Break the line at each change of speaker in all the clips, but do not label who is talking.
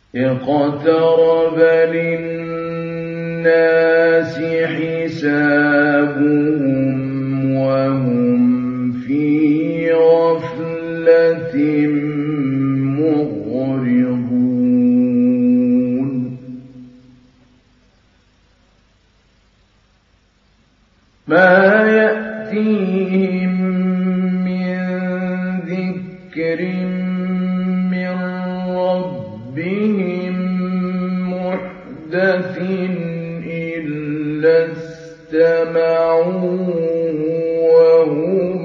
اقترب للناس حسابهم وهم في غفلة معرضون ما يأتيهم من ذكر من ربهم محدث إلا استمعوه وهم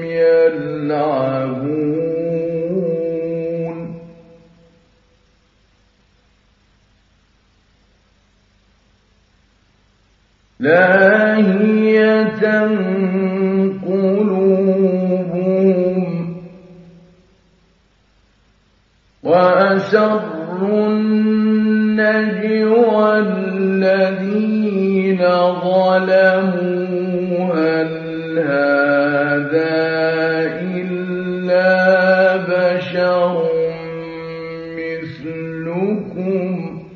يلعبون لاهية قلوبهم وأسروا النجوى الذين ظلموا هل هذا إلا بشر مثلكم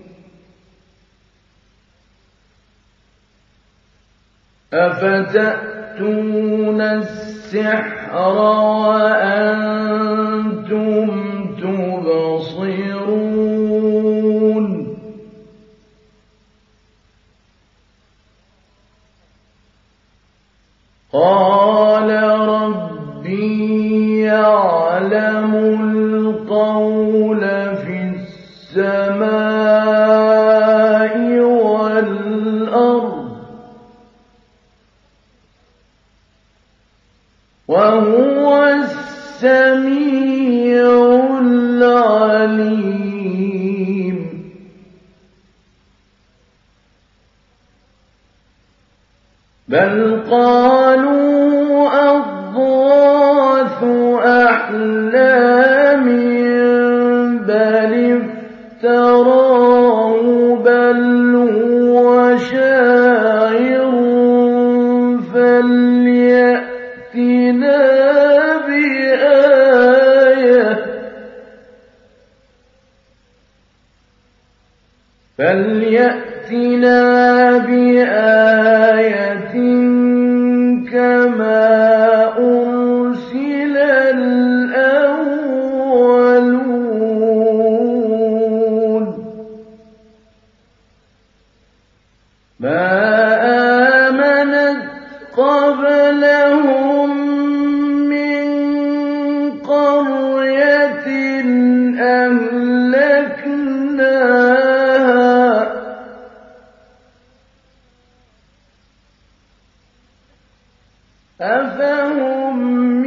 أفتأتون السحر وأنتم تبصرون قال ربي يعلم القول في السماء والأرض وهو السميع العليم بل قالوا أضغاث أحلام بل افتراه بل هو شاعر فليأتنا بآية كما أرسل الأولون ما آمنت قبلهم من قرية أهلكناها أفهم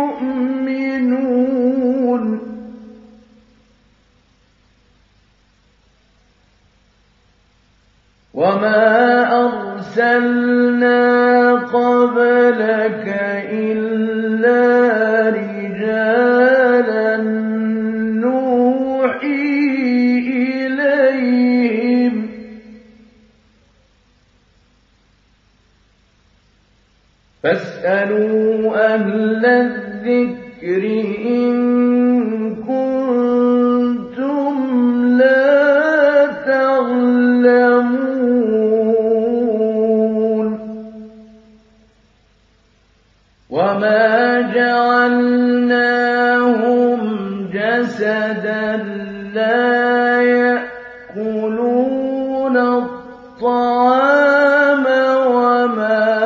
يؤمنون وما أرسلنا قبلك إلا رجالا نوحي إليهم فاسألوا أهل الذكر إن كنتم لا تعلمون وما جعلناهم جسدا لا يأكلون الطعام وما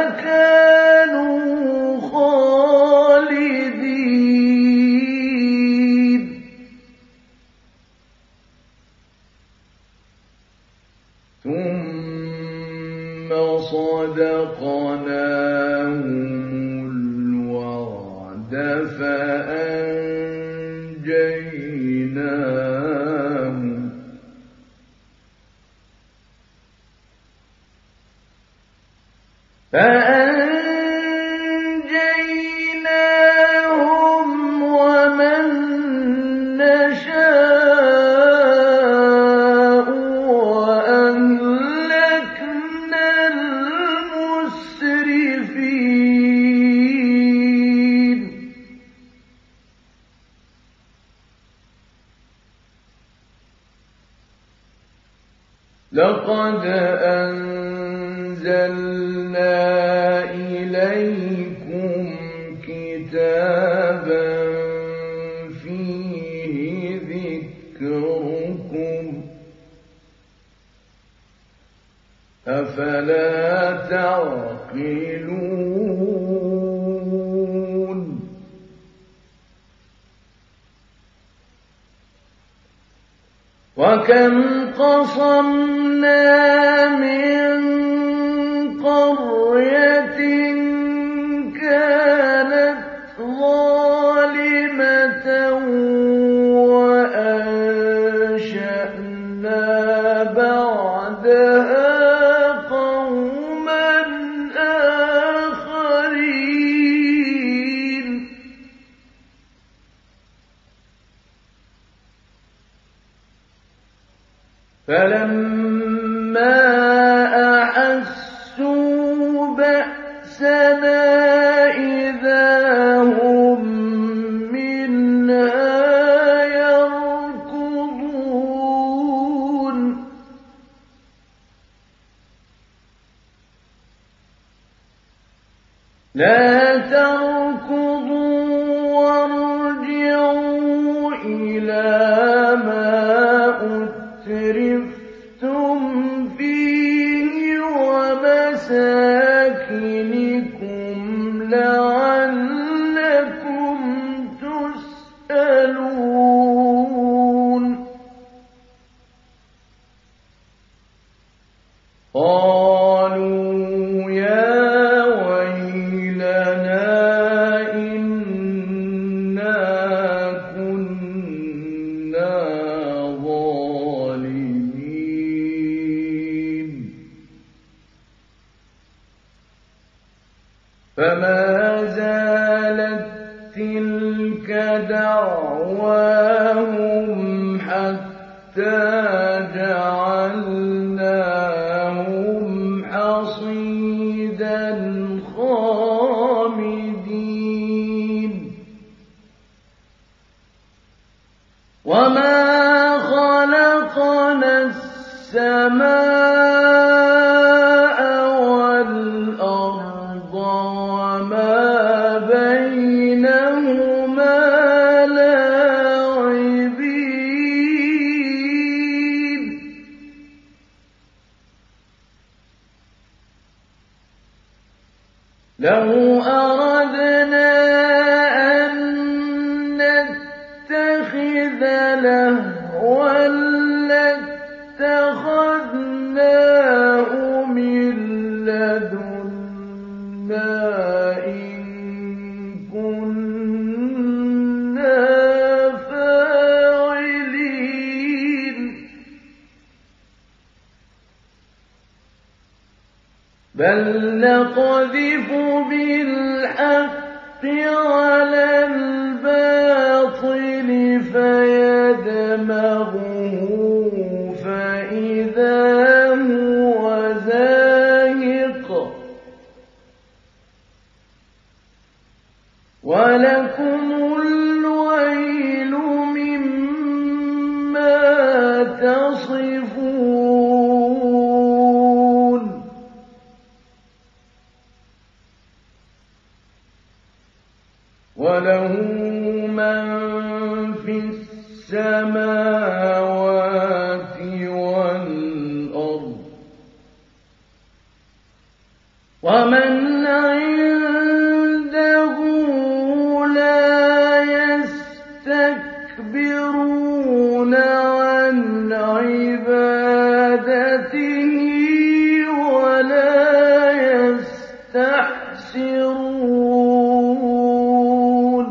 ثم صدقناهم الوعد فأنجيناهم ومن نشاء وأهلكنا المسرفين لقد أنزلنا إليكم كتابا فيه ذكركم أفلا تعقلون وكم قصمنا من قرية كانت ظالمة وأنشأنا بعدها قوما آخرين فلما أحسوا بأسنا إذا هم منها يركضون لا تركضوا وارجعوا إلى ما أترفتم فيه ومساكنكم لعلكم تسألون قالوا يا ويلنا إنا كنا ظالمين فما زالت تلك دعواهم حتى جعلناهم حصيدا خامدين وما خلقنا السماء والأرض وما بينهما لاعبين لو أردنا أن نتخذ لهوا لاتخذناه من لدنا إن كنا فاعلين بل نقذف بالحق على الباطل فيدمغه فإذا هو زاهق ولكم الويل مما تصفون وله من في السماوات والأرض ومن عنده لا يستكبرون عن عبادته ولا يستحسرون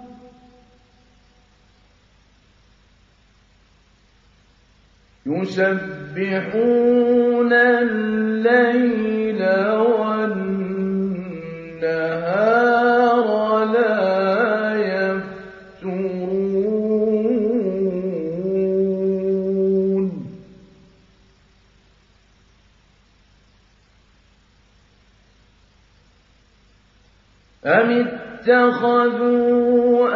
يسبحون الليل والنهار لا يفترون أم اتخذوا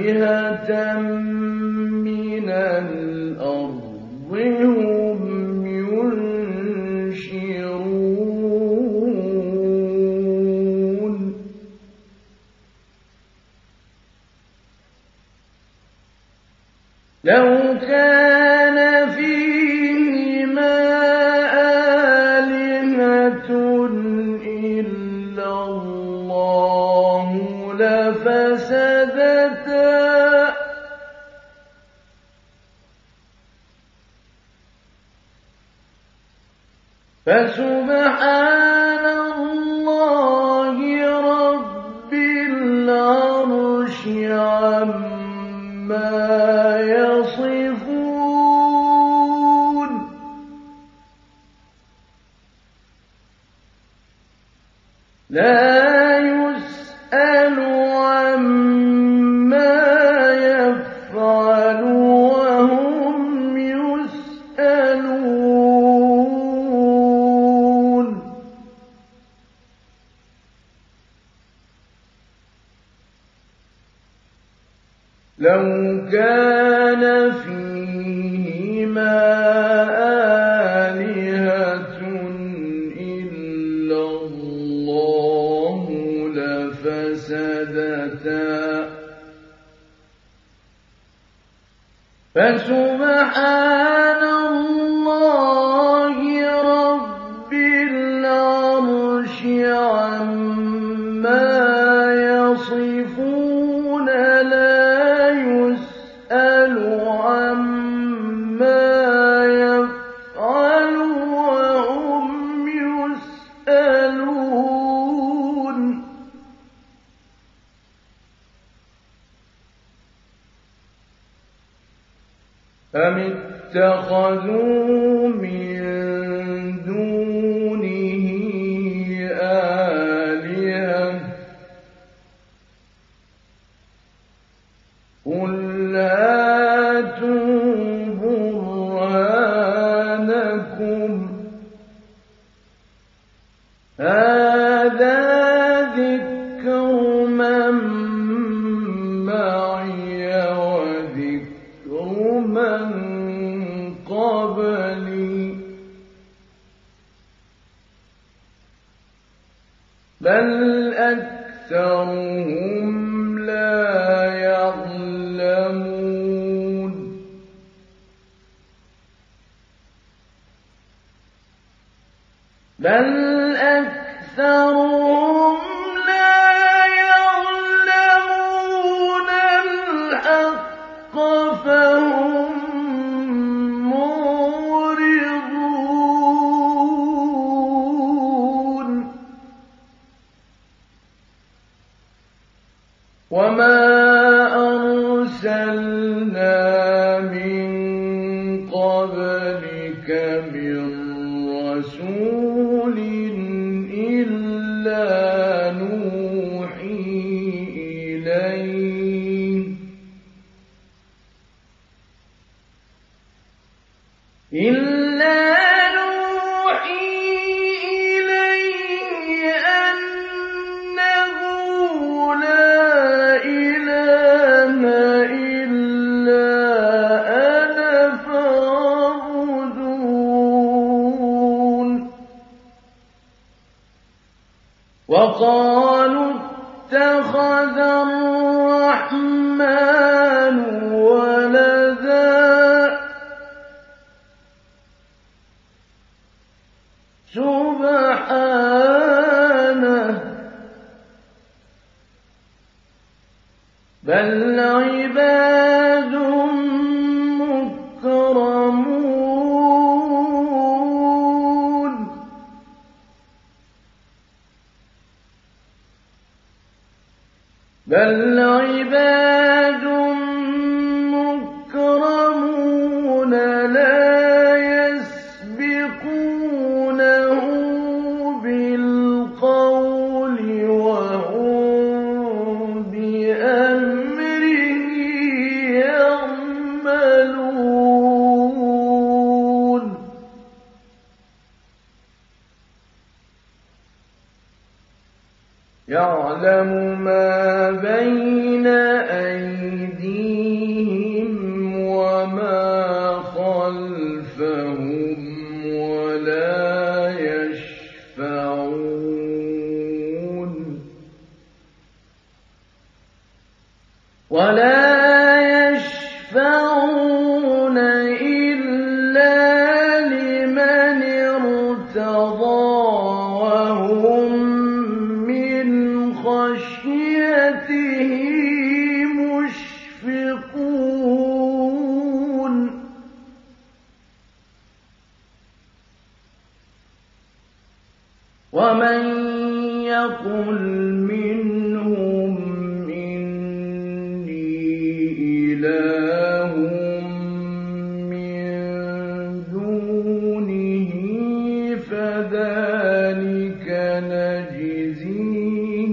آلهة من الأرض هم لو كان فيهما آلهة إلا الله لفسدتا فسبحان الله رب العرش عما يصفون لا يسأل عما يفعل وهم يسألون لو كان فيهما آلهة إلا الله لفسدتا فسبحان الله رب العرش عما يصفون لا يسأل عما يفعل وهم يسألون أم اتخذوا من دونه آلهة قل هاتوا برهانكم هذا ذكر من معي وذكر من قبلي بل أكثرهم لا يعلمون بل أكثرهم لا يعلمون الحق فهم معرضون وما أرسلنا من قبلك من رسول إلا نوحي إليه أنه لا إله إلا أنا فاعبدون وقالوا اتخذ الرحمن ولدا سبحانه بل عباد مكرمون بل عباد مكرمون لا يسبقونه بالقول وهم بأمره يعملون يعلم ما بين أيديهم وما خلفهم ولا يشفعون ومن يقل منهم إني إله من دونه فذلك نجزيه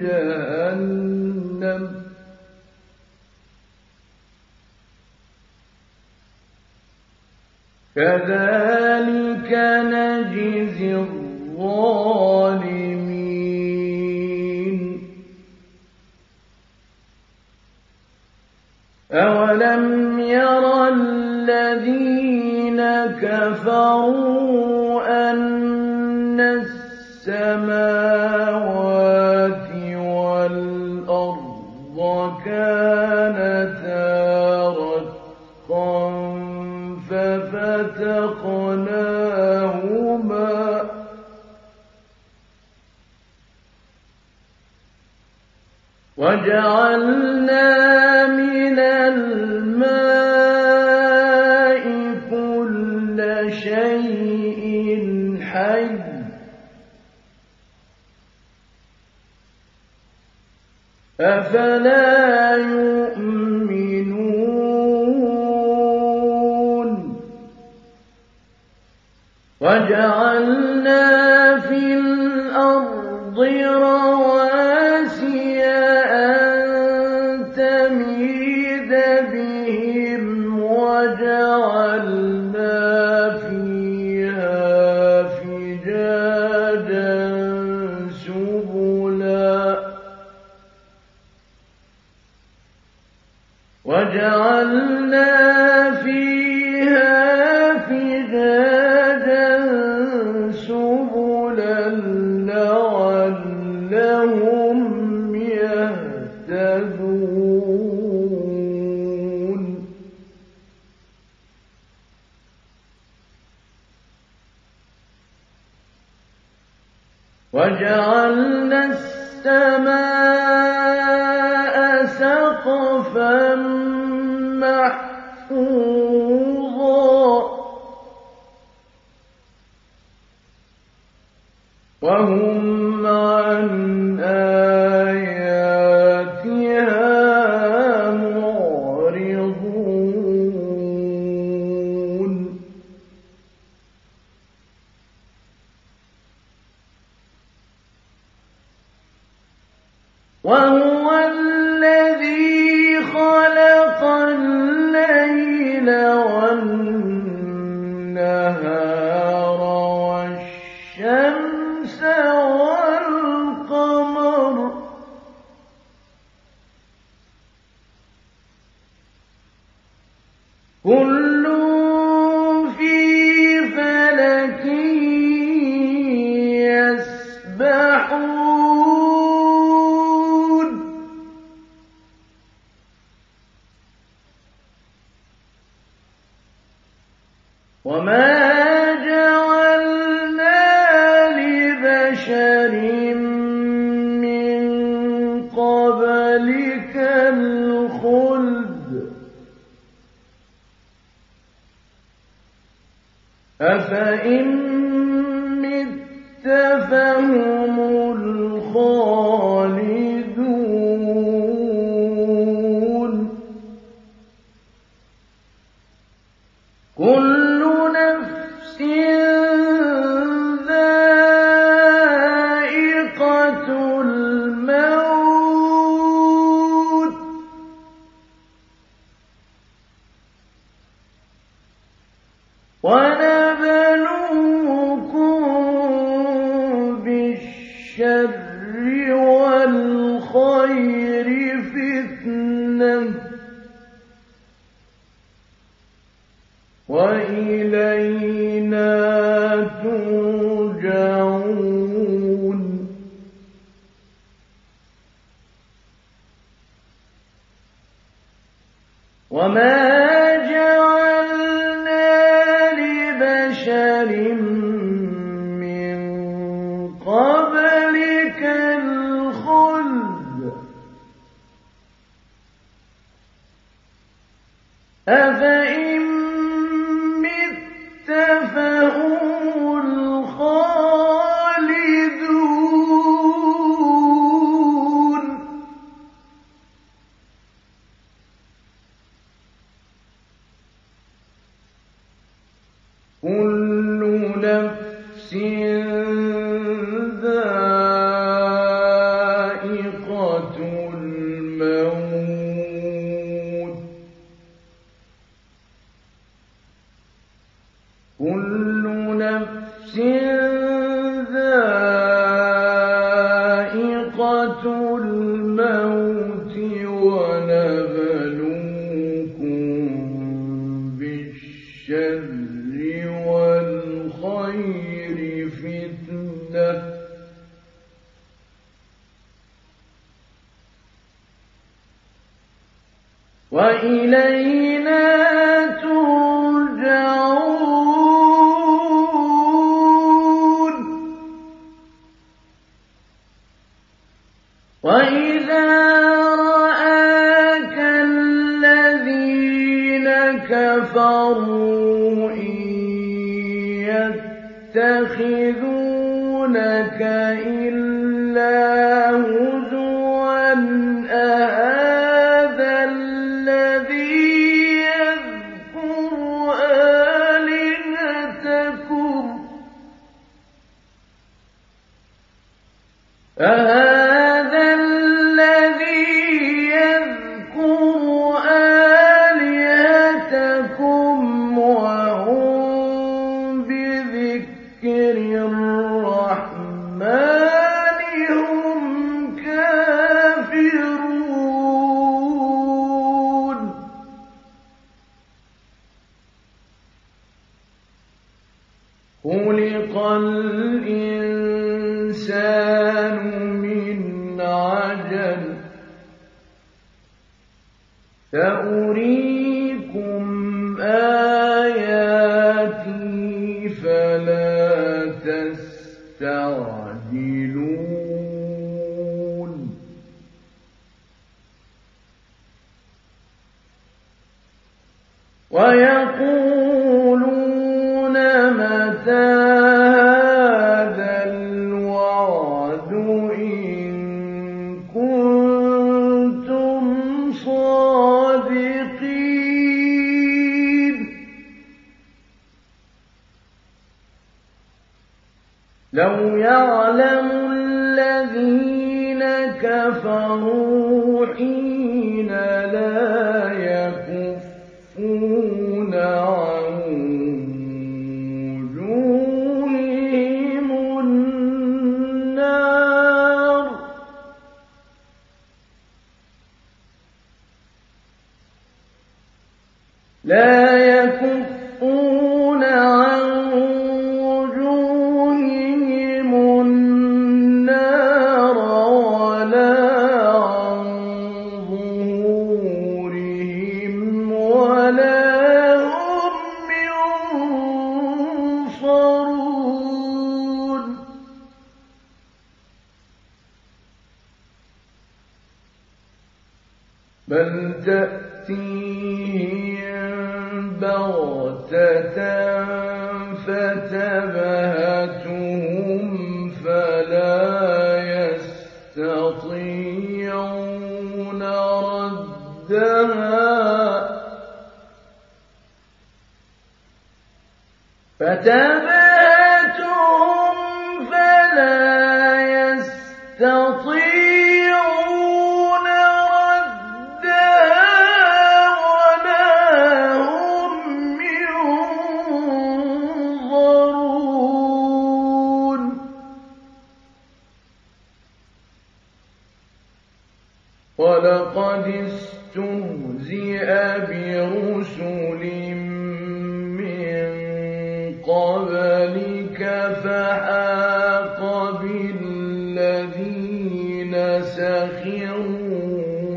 جهنم كذلك نجزي الظالمين أولم ير الذين كفروا أن السماوات والأرض كانتا رتقا ففتقناهما وجعلنا من الماء كل شيء حي أفلا يؤمنون وجعلنا في الأرض رواسي أن تميد بهم وجعلنا فيها فجاجا سبلا وجعلنا فيها فجاجا سبلا لعلهم يهتدون وجعلنا السماء سقفا محفوظا وهم عن آياتها معرضون وهو الذي خلق الليل والنهار والشمس والقمر كل في فلك يسبحون وما جعلنا لبشر من قبلك الخلد أفإن مت فهم الخالدون كل نفس ذائقة الموت ونبلوكم بالشر والخير فتنة وإلينا ترجعون وما جعلنا لبشر من قبلك الخلد أفإن مت فهم الخالدون نفس ذائقة الموت كل نفس ذائقة الموت ونبلوكم بالشر والخير فتنة وإلينا ترجعون وإذا رآك الذين كفروا إن يتخذونك إلا هزوا أهذا الذي يذكر آلهتكم وهم بذكر الرحمن هم كافرون خلق الإنسان من عجل سأريكم آياتي فلا تستعجلون ويقولون متى هذا الوعد إن كنتم صادقين لو يعلم الذين كفروا حين لا يكفون عن وجوههم النار لا يكفون عن وجوههم النار ولا عن ظهورهم ولا هم ينصرون بل تأتيهم بغتة فتبهتهم فلا يستطيعون ردها فتبهتهم فلا يستطيعون ردها ولا هم ينظرون ولقد استهزئ برسل من قبلك فحاق بالذين سخروا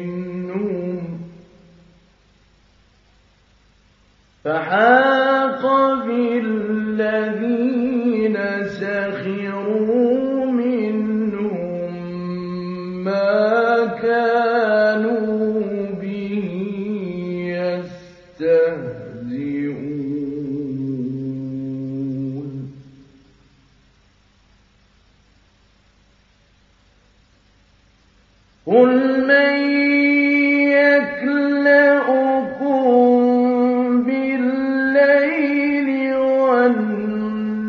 منهم ما كانوا به يستهزئون قل من يكلؤكم بالليل والنهار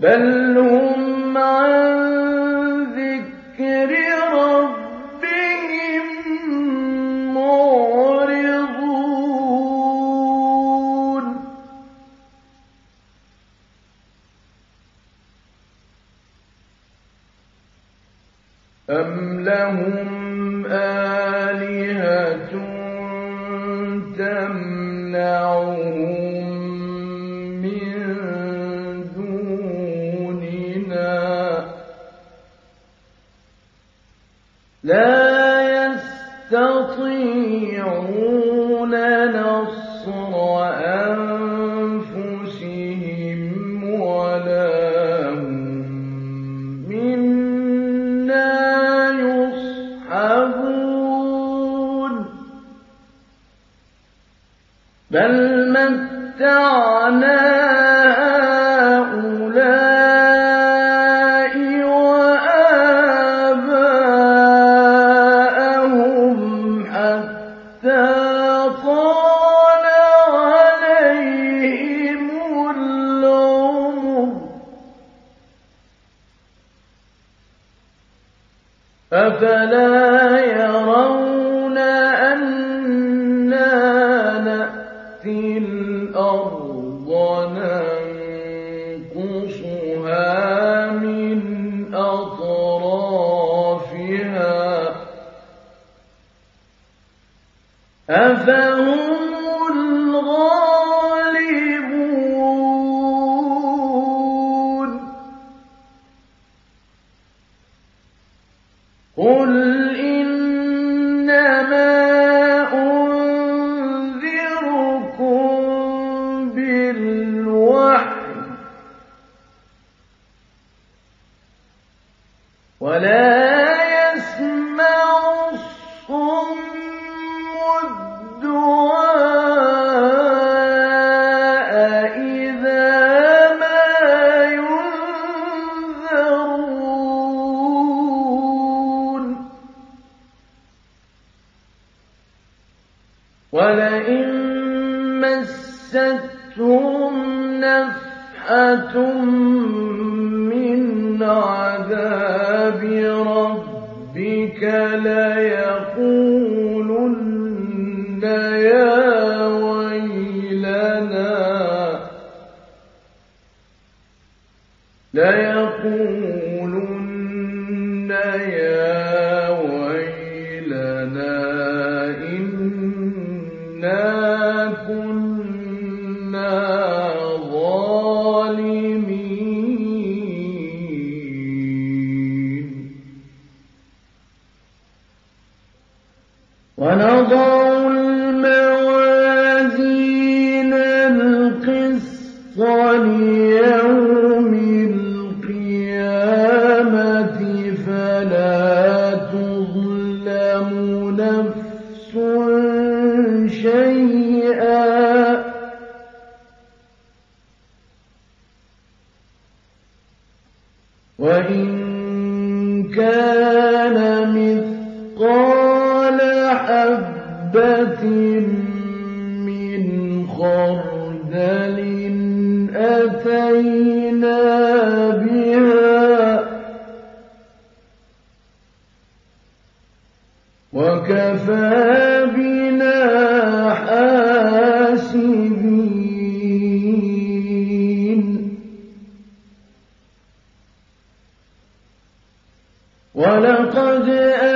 بل هم عن ذكر ربهم معرضون أم لهم آلهة تمنعهم من دوننا لا يستطيعون نصر أنفسهم ولا هم منا يصحبون بل متعنا هؤلاء وآباءهم حتى طال عليهم العمر أفلا يرون أنا نأتي الأرض ننقصها من أطرافها أفهم الغالبون قل إنما أنذركم بالوحي ولا يسمع الصم الدعاء إذا ما ينذرون ولئن مستهم نفحة من عذاب ربك ليقولن يا ويلنا إنا كنا ظالمين ونضع الموازين القسط ليوم القيامة فلا تظلم نفس شيئا وإن كان مثقال حبة من خردل أتينا بها وكفى بنا حاسبين ولقد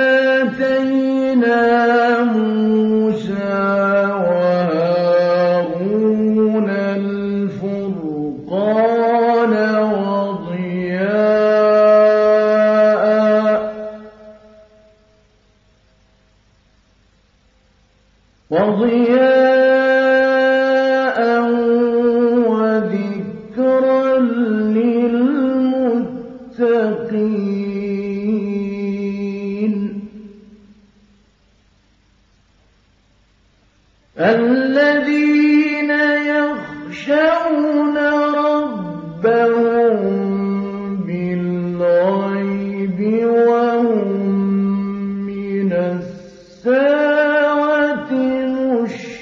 آتينا موسى وهارون الفرقان وضياء وذكرا للمتقين الذين يخشون ربهم بالغيب وهم من الساعة مشركون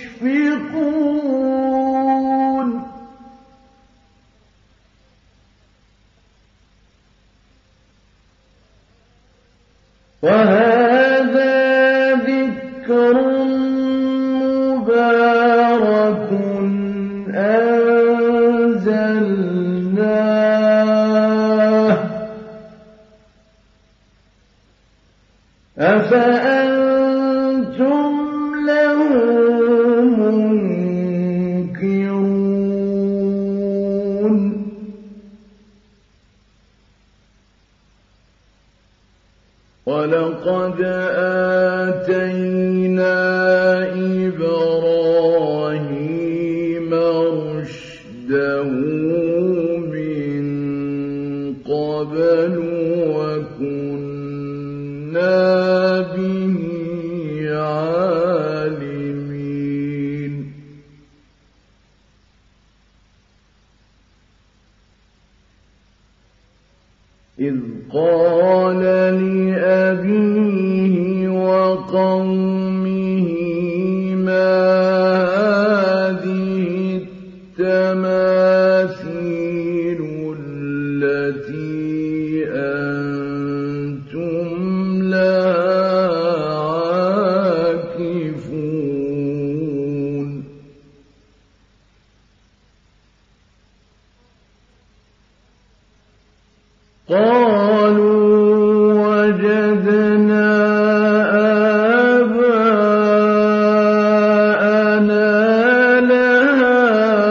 وهذا ذكر مبارك أنزلناه أفأنتم له منكرون ولقد آتينا إبراهيم رشده من قبل وكنا به عالمين إذ قال لأبيه وقومه ما هذه التماثيل التي أنتم لها عاكفون قالوا وجدنا آباءنا لها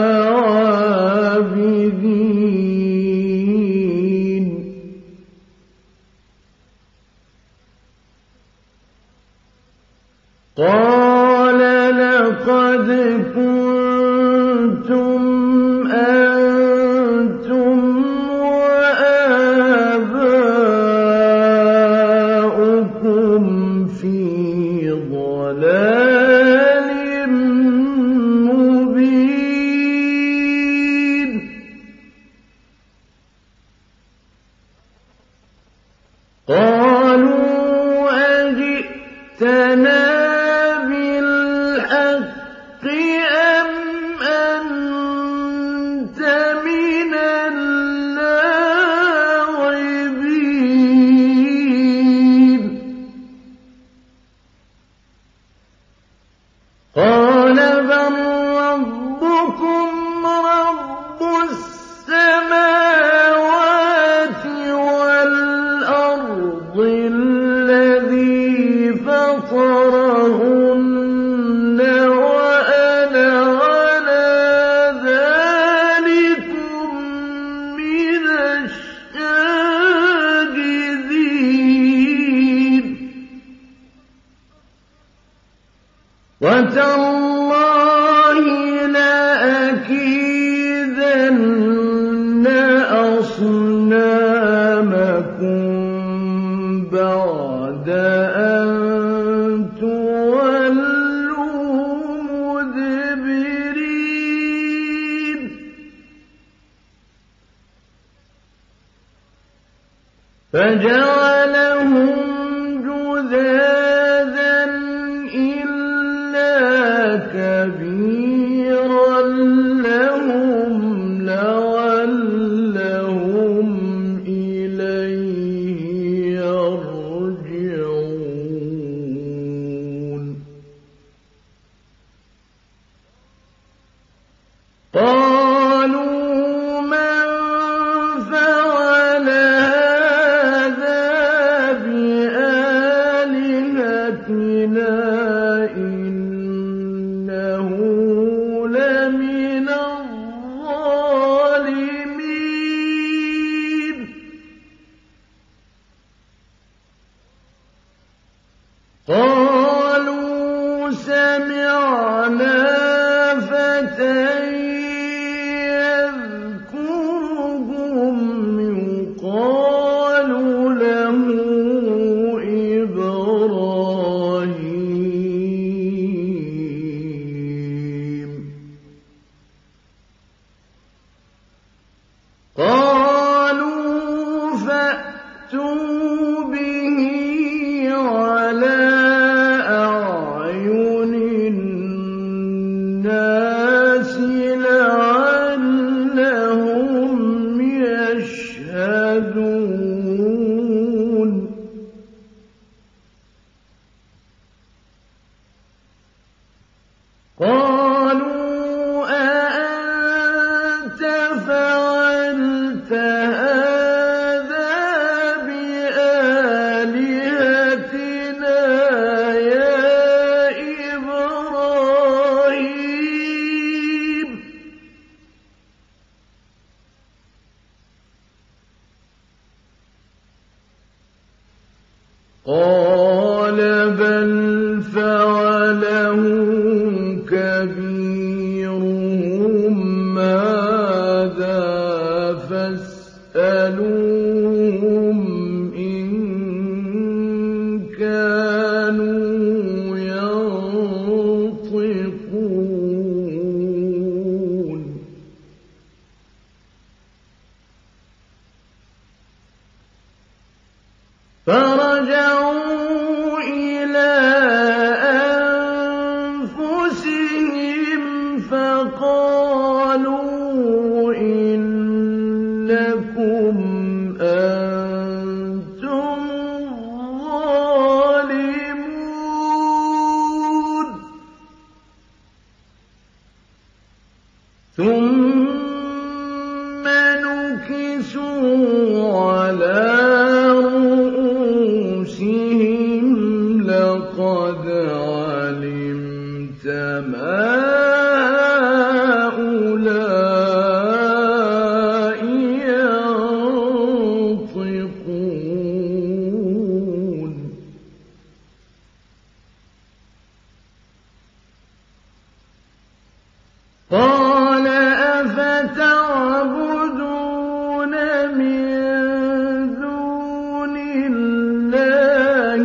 عابدين قال لقد كنتم أنتم وآباؤكم في ضلال مبين قالوا أجئتنا بالحق أم أنت من اللاعبين قال بل ربكم رب السماوات والأرض الذي فطرهن وأنا على ذلكم من الشاهدين وتالله لأكيدن أصنامكم بعد أن تولوا مدبرين فجعلهم جذاذا إلا كبيرا لهم لعلهم إليه يرجعون قالوا من فعل هذا قال بل فعله كبيرهم هذا فاسألوهم إن كانوا ينطقون فرجعوا إلى أنفسهم فقالوا إنكم أنتم الظالمون ثم نكسوا على لقد علمت ما هؤلاء ينطقون قال أفتعبدون من دون الله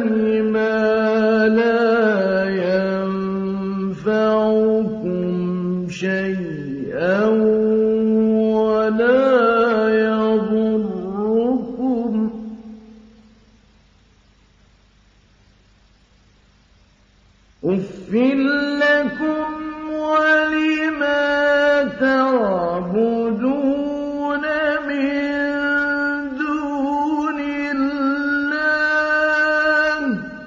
شيئا ولا يضركم أف لكم ولما تعبدون من دون الله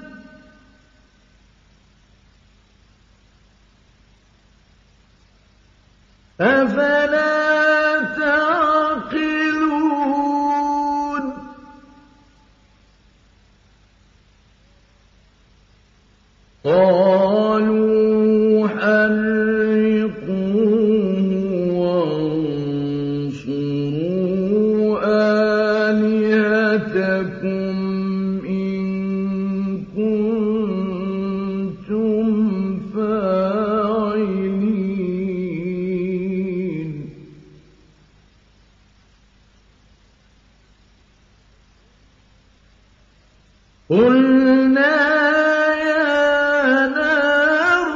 أفلا تعقلون قالوا حرقوه وانصروا آلهتكم إن كنتم فاعلين قلنا يا نار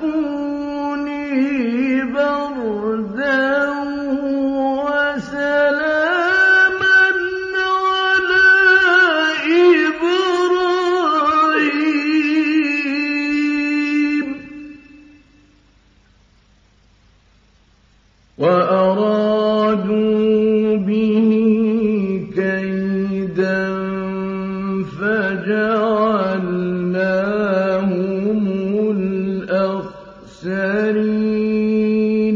كوني بردا وسلاما على إبراهيم وأرادوا به كيدا فجعلناهم الأخسرين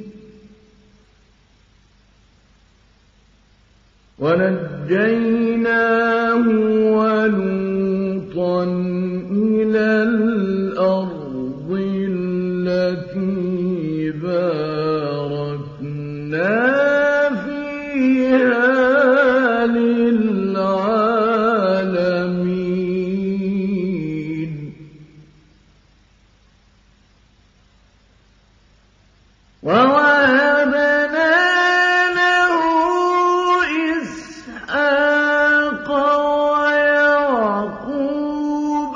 ونجيناه ولوطا إلى الأرض التي باركنا فيها للعالمين ووهبنا له إسحاق ويعقوب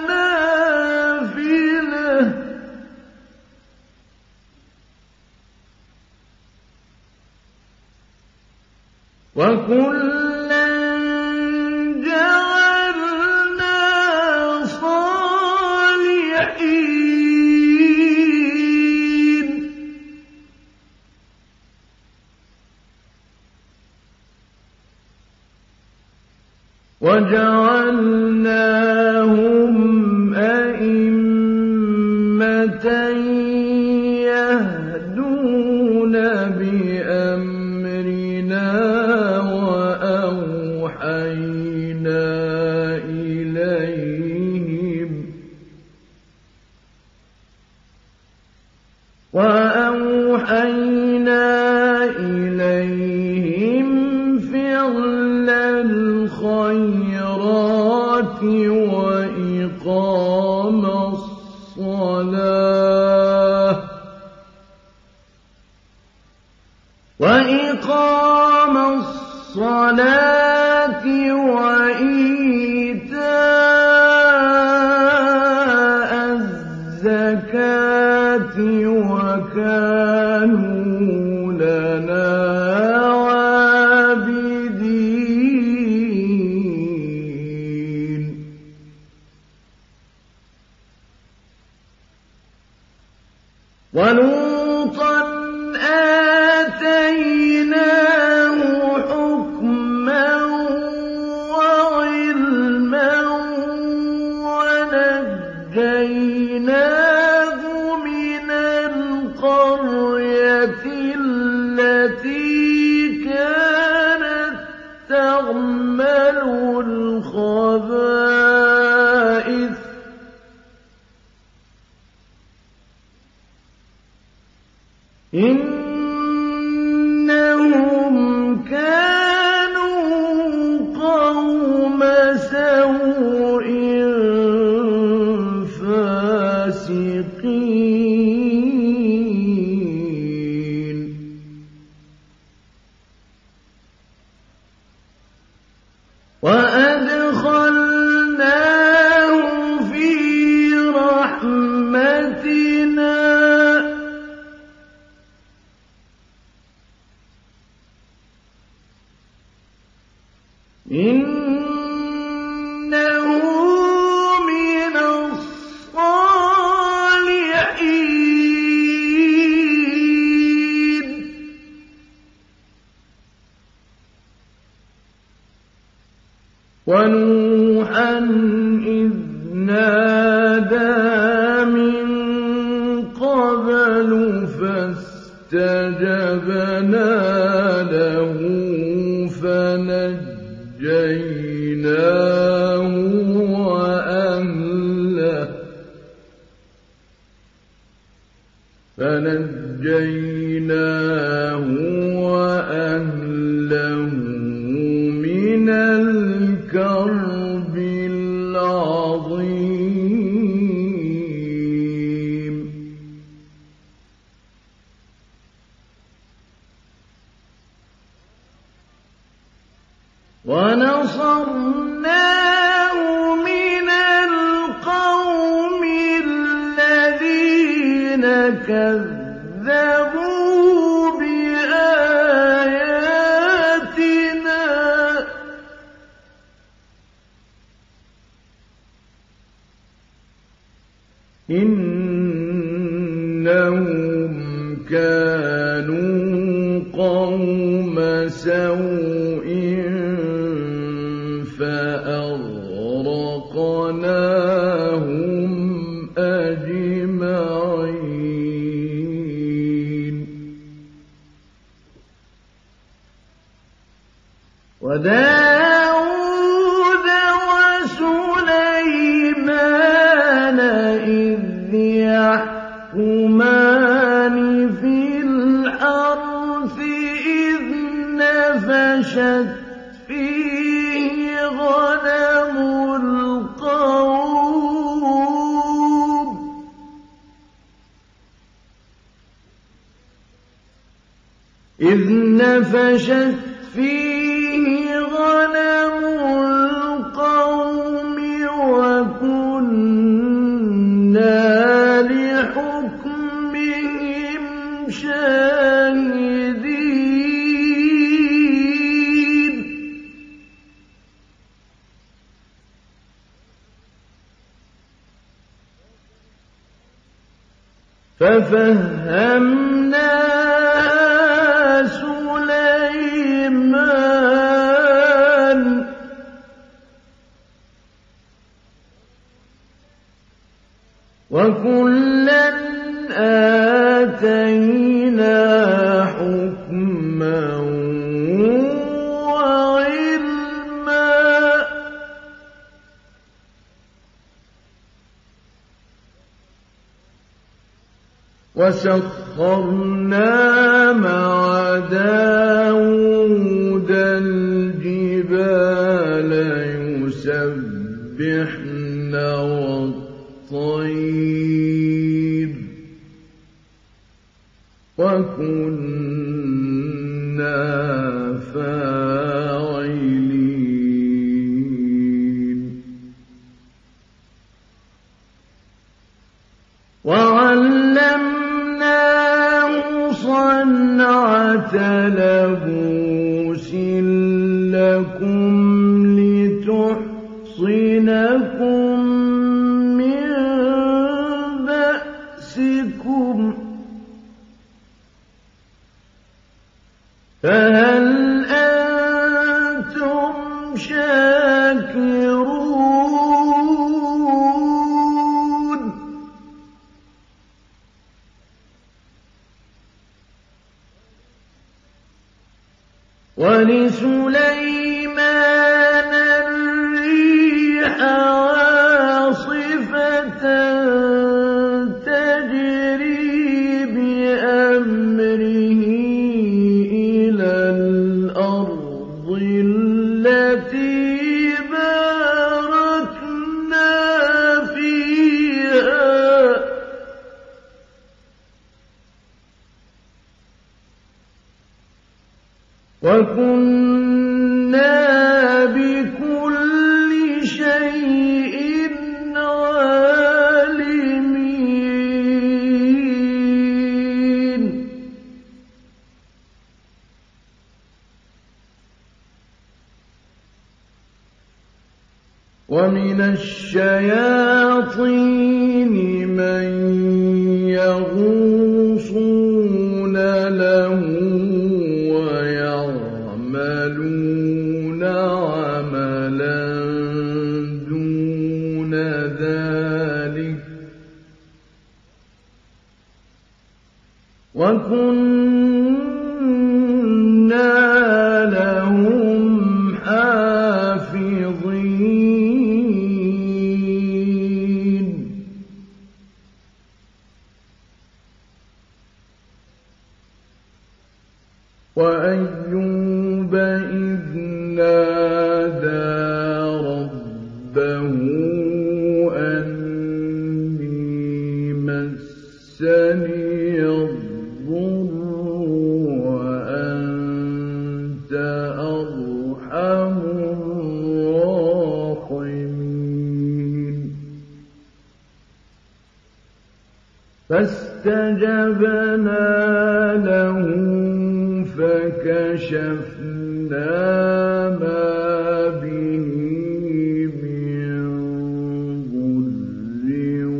نافلة وكلا جعلنا صالحين وجعلناهم أئمة يهدون بأمرنا وأوحينا إليهم فعل الخيرات وَإِقَامَ الصَّلَاةِ وَإِيتَاءَ الزَّكَاةِ وَكَانُوا لَنَا عَابِدِينَ. وَلُوطًا آتَيْنَاهُ حُكْمًا وَعِلْمًا وَنَجَّيْنَاهُ مِنَ الْقَرْيَةِ الَّتِي كَانَتْ تَعْمَلُ الْخَبَائِثَ إِنَّهُمْ كَانُوا قَوْمَ سَوْءٍ فَاسِقِينَ. وَأَدْخَلْنَاهُ فِي رَحْمَتِنَا إِنَّهُ مِنَ الصَّالِحِينَ. وَنُوحًا إِذْ نَادَىٰ مِن قَبْلُ فَاسْتَجَبْنَا لَهُ فَنَجَّيْنَاهُ وَأَهْلَهُ مِنَ الْكَرْبِ الْعَظِيمِ. وَنَصَرْنَاهُ مِنَ الْقَوْمِ الَّذِينَ كَذَّبُوا بِآيَاتِنَا إِنَّهُمْ كَانُوا قَوْمَ سَوْءٍ فَأَغْرَقْنَاهُمْ أَجْمَعِينَ. وَدَاوُودَ وَسُلَيْمَانَ إِذْ يَحْكُمَانِ فِي الْحَرْثِ إِذْ نَفَشَتْ فِيهِ غَنَمُ الْقَوْمِ وَكُنَّا لِحُكْمِهِمْ شَاهِدِينَ. فَفَهَّمْنَاهَا سُلَيْمَانَ وَكُلًّا آتَيْنَا حُكْمًا وَعِلْمًا. وَسَخَّرْنَا مَعَ دَاوُودَ الْجِبَالَ يُسَبِّحْنَ وَالطَّيْرَ وَكُنَّا لتحصنكم من بأسكم فهل أنتم شاكرون ولسليمان الريح عاصفة تجري بأمره إلى الأرض التي باركنا فيها وكنا بكل شيء عالمين ومن الشياطين من يغوصون له ويعملون عملا دون ذلك وكنا لهم حافظين وأيوب إذ نادى ربه أني مسني الضر وأنت أرحم الراحمين فاستجبنا له فكشفنا ما به من ضر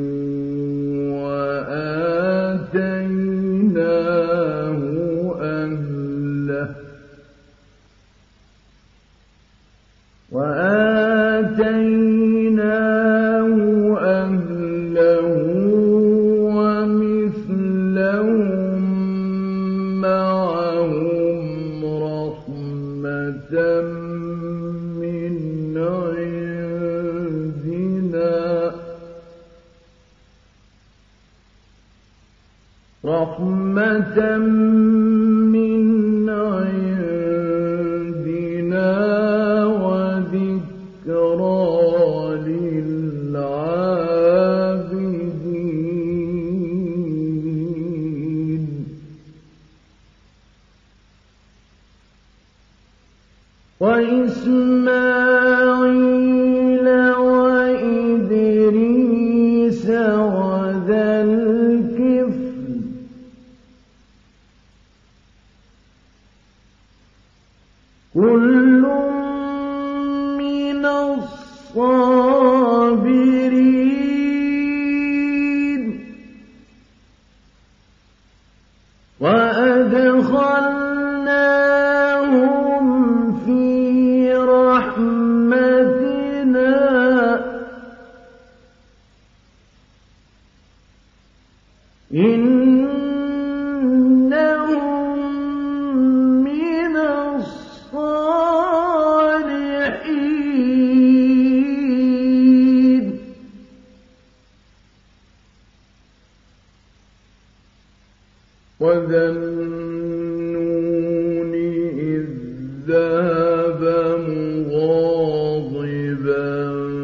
وآتيناه أهله ومثلهم معهم رحمة من عندنا وذكرى للعابدين وإسماعيل وإدريس وذا الكفل كل من الصابرين وأدخلناهم في رحمتنا إنهم من الصالحين وذا النون إذ ذهب مغاضبا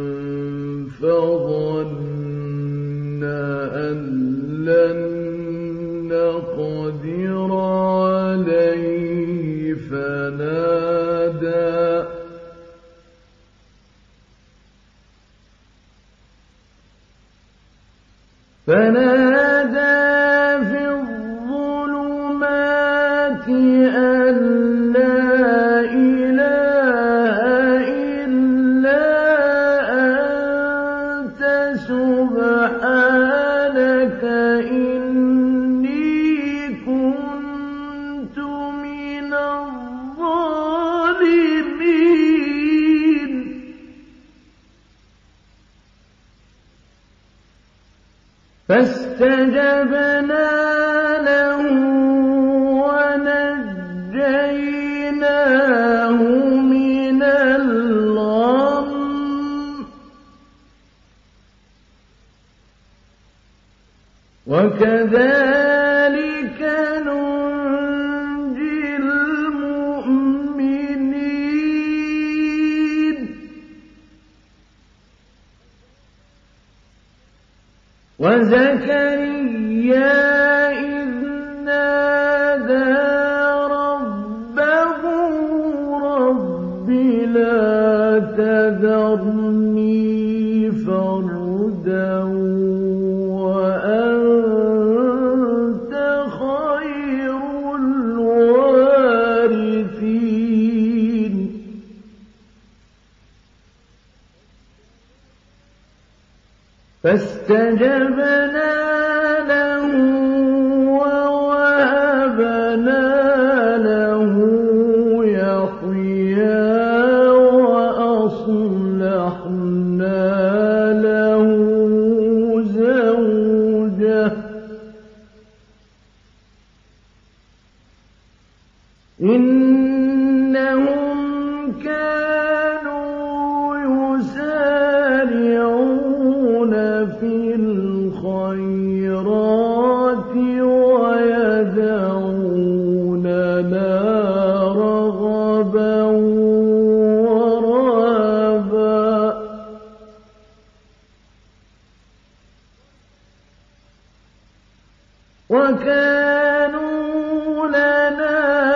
فظن أن لن نقدر عليه فنادى في الظلمات أن لا إله فاستجبنا له ونجيناه من الغم وكذلك ننجي المؤمنين وزكريا إذ نادى ربه رب لا تذرني فردا وأنت خير الوارثين فاستجبنا له ووهبنا له يحيى وأصلحنا له زوجه إنهم كانوا يسارعون في الخيرات ويدعوننا رغبا ورهبا وكانوا لنا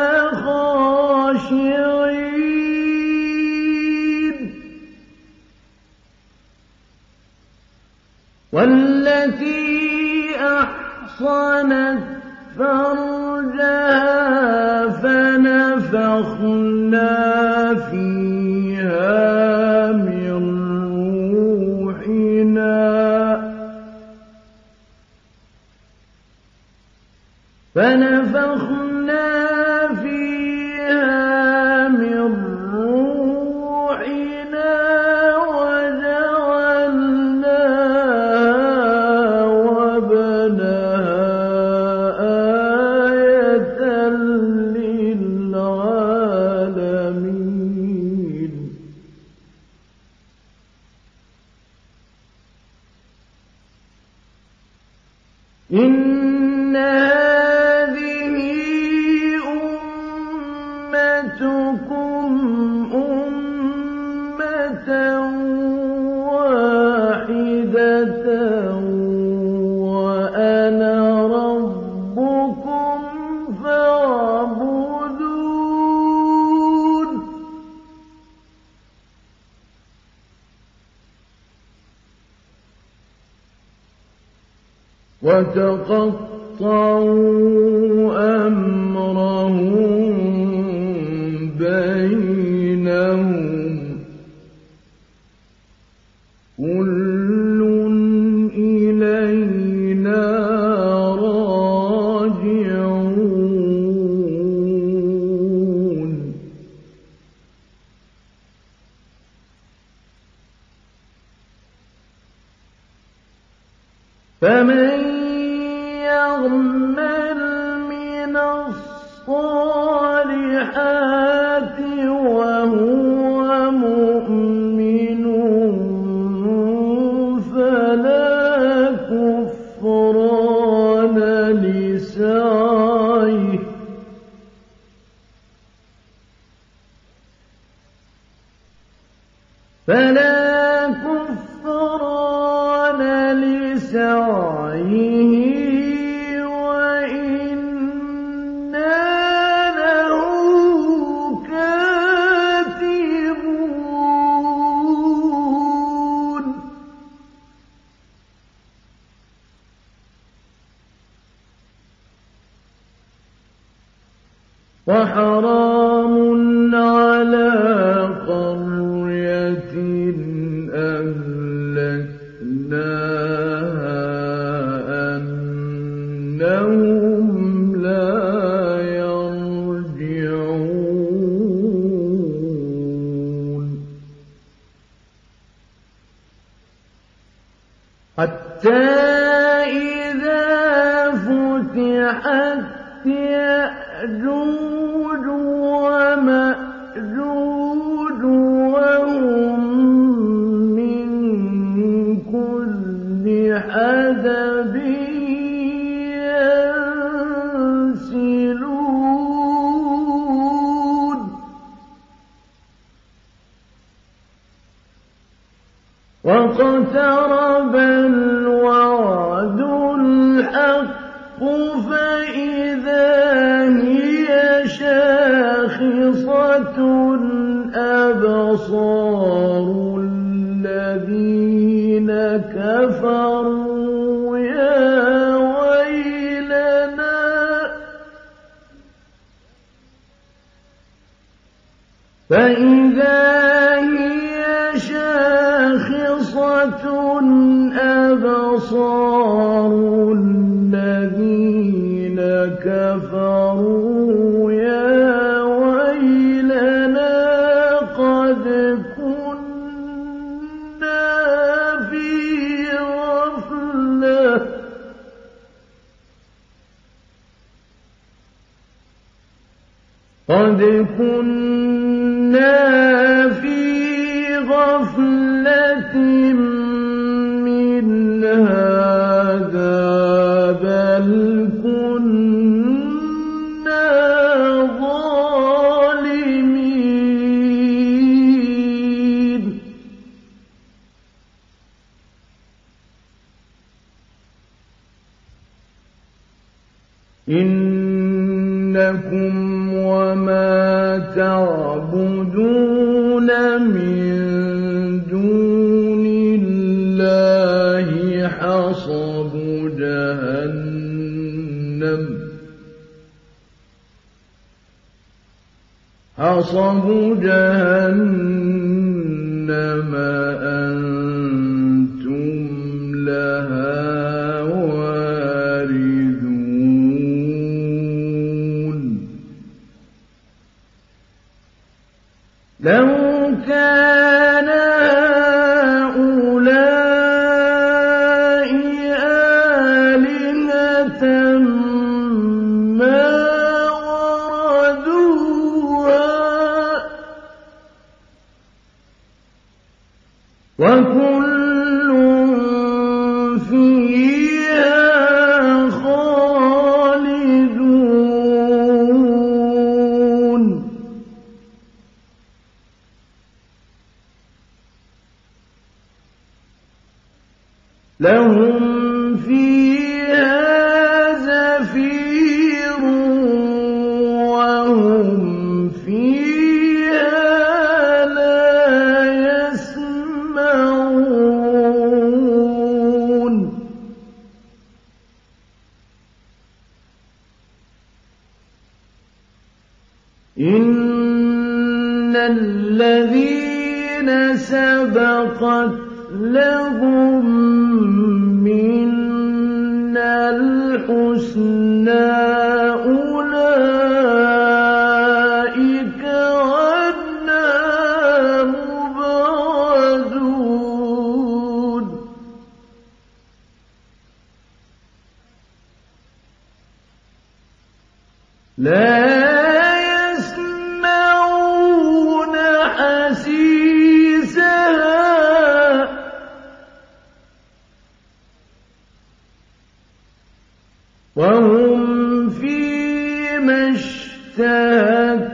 خاشعين والتي أحصنت فرجها فنفخنا فيها من روحنا وجعلناها وابنها آية للعالمين إن هذه أمتكم أمة واحدة وأنا ربكم فاعبدون وتقطعوا أمرهم بينهم كل إلينا راجعون فمن يعمل من الصالحات وهو مؤمن فلا كفران لسعيه وإنا له كاتبون وحرام على قرية أهلكناها أنهم لا يرجعون حتى إذا واقترب الوعد الحق فإذا هي شاخصة أبصار الذين كفروا يا ويلنا فإذا هي شاخصة أبصار الذين كفروا يا ويلنا قد كنا في غفلة من هذا بل كنا ظالمين إنكم وما تعبدون من دون الله حصب جهنم أنتم لها واردون لو كان هؤلاء آلهة ما وردوها وكل فيها خالدون لهم فيها زفير وهم فيها لا يسمعون إن الذين سبقت لهم منا الحسنى أولئك عنها مبعدون لا يسمعون حسيسها وهم فيما اشتهت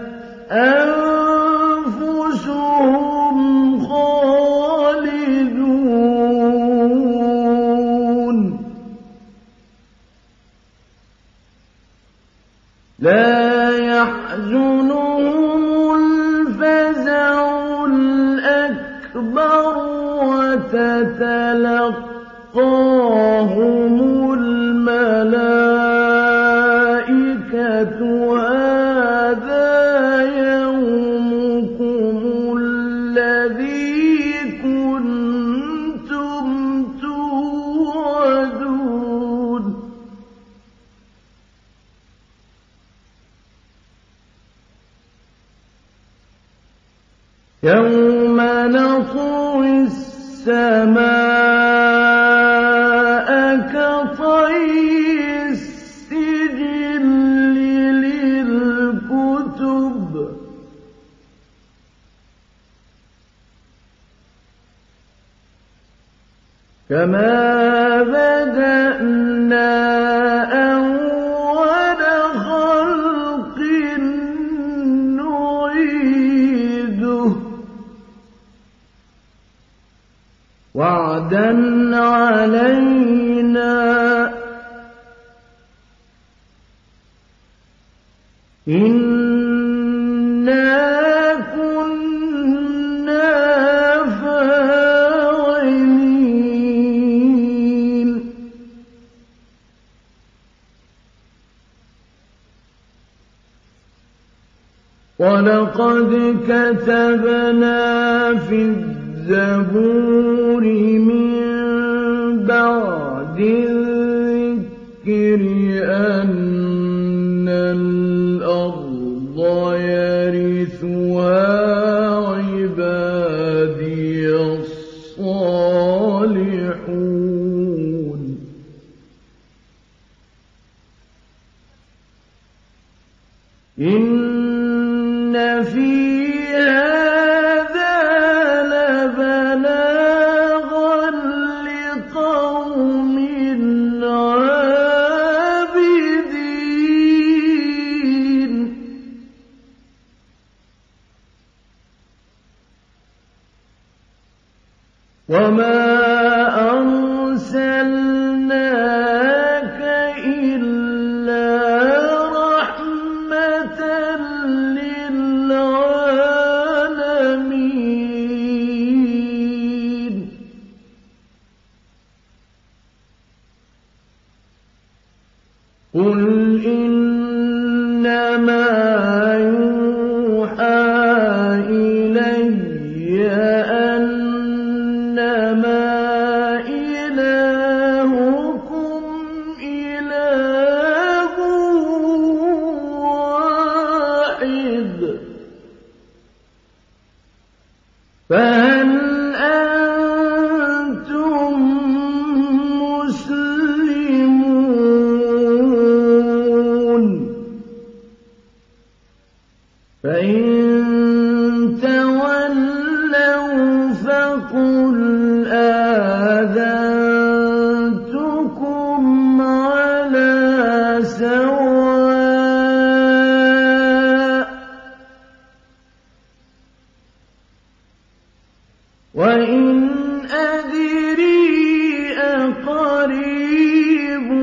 أنفسهم خالدون لا يحزنهم الفزع الأكبر وتتلقاهم الملائكة هذا يومكم الذي كنتم توعدون يوم نطوي السماء كطي السجل للكتب كما بدأنا أول خلق نعيده وعدا علينا إنا كنا فاعلين ولقد كتبنا في الزبور من بعد الذكر أن الأرض يرثها عبادي الصالحون إن في هذا لبلاغا لقوم عابدين وما أرسلناك إلا رحمة للعالمين قل إنما يوحى إلي أنما إلهكم إله واحد فهل أنتم مسلمون فإن تولوا فقل آذنتكم على سواء وإن أدري أقريب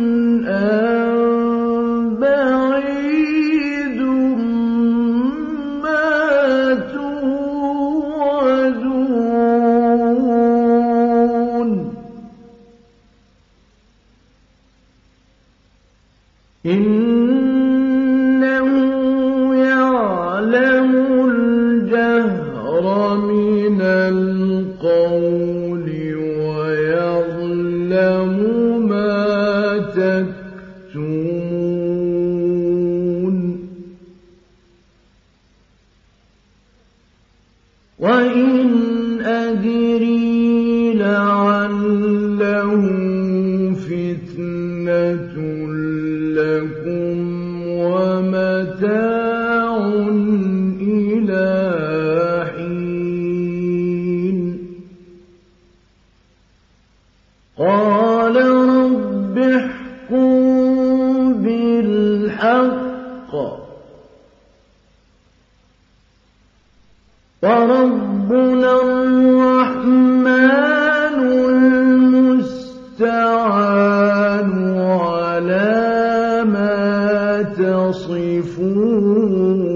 أم بعيد ما توعدون إنه يعلم الجهر من القول ويعلم ما تكتمون وإن أدري لعله فتنة لكم ومتاع إلى حين قال رب احكم بالحق وربنا الرحمن المستعان على ما تصفون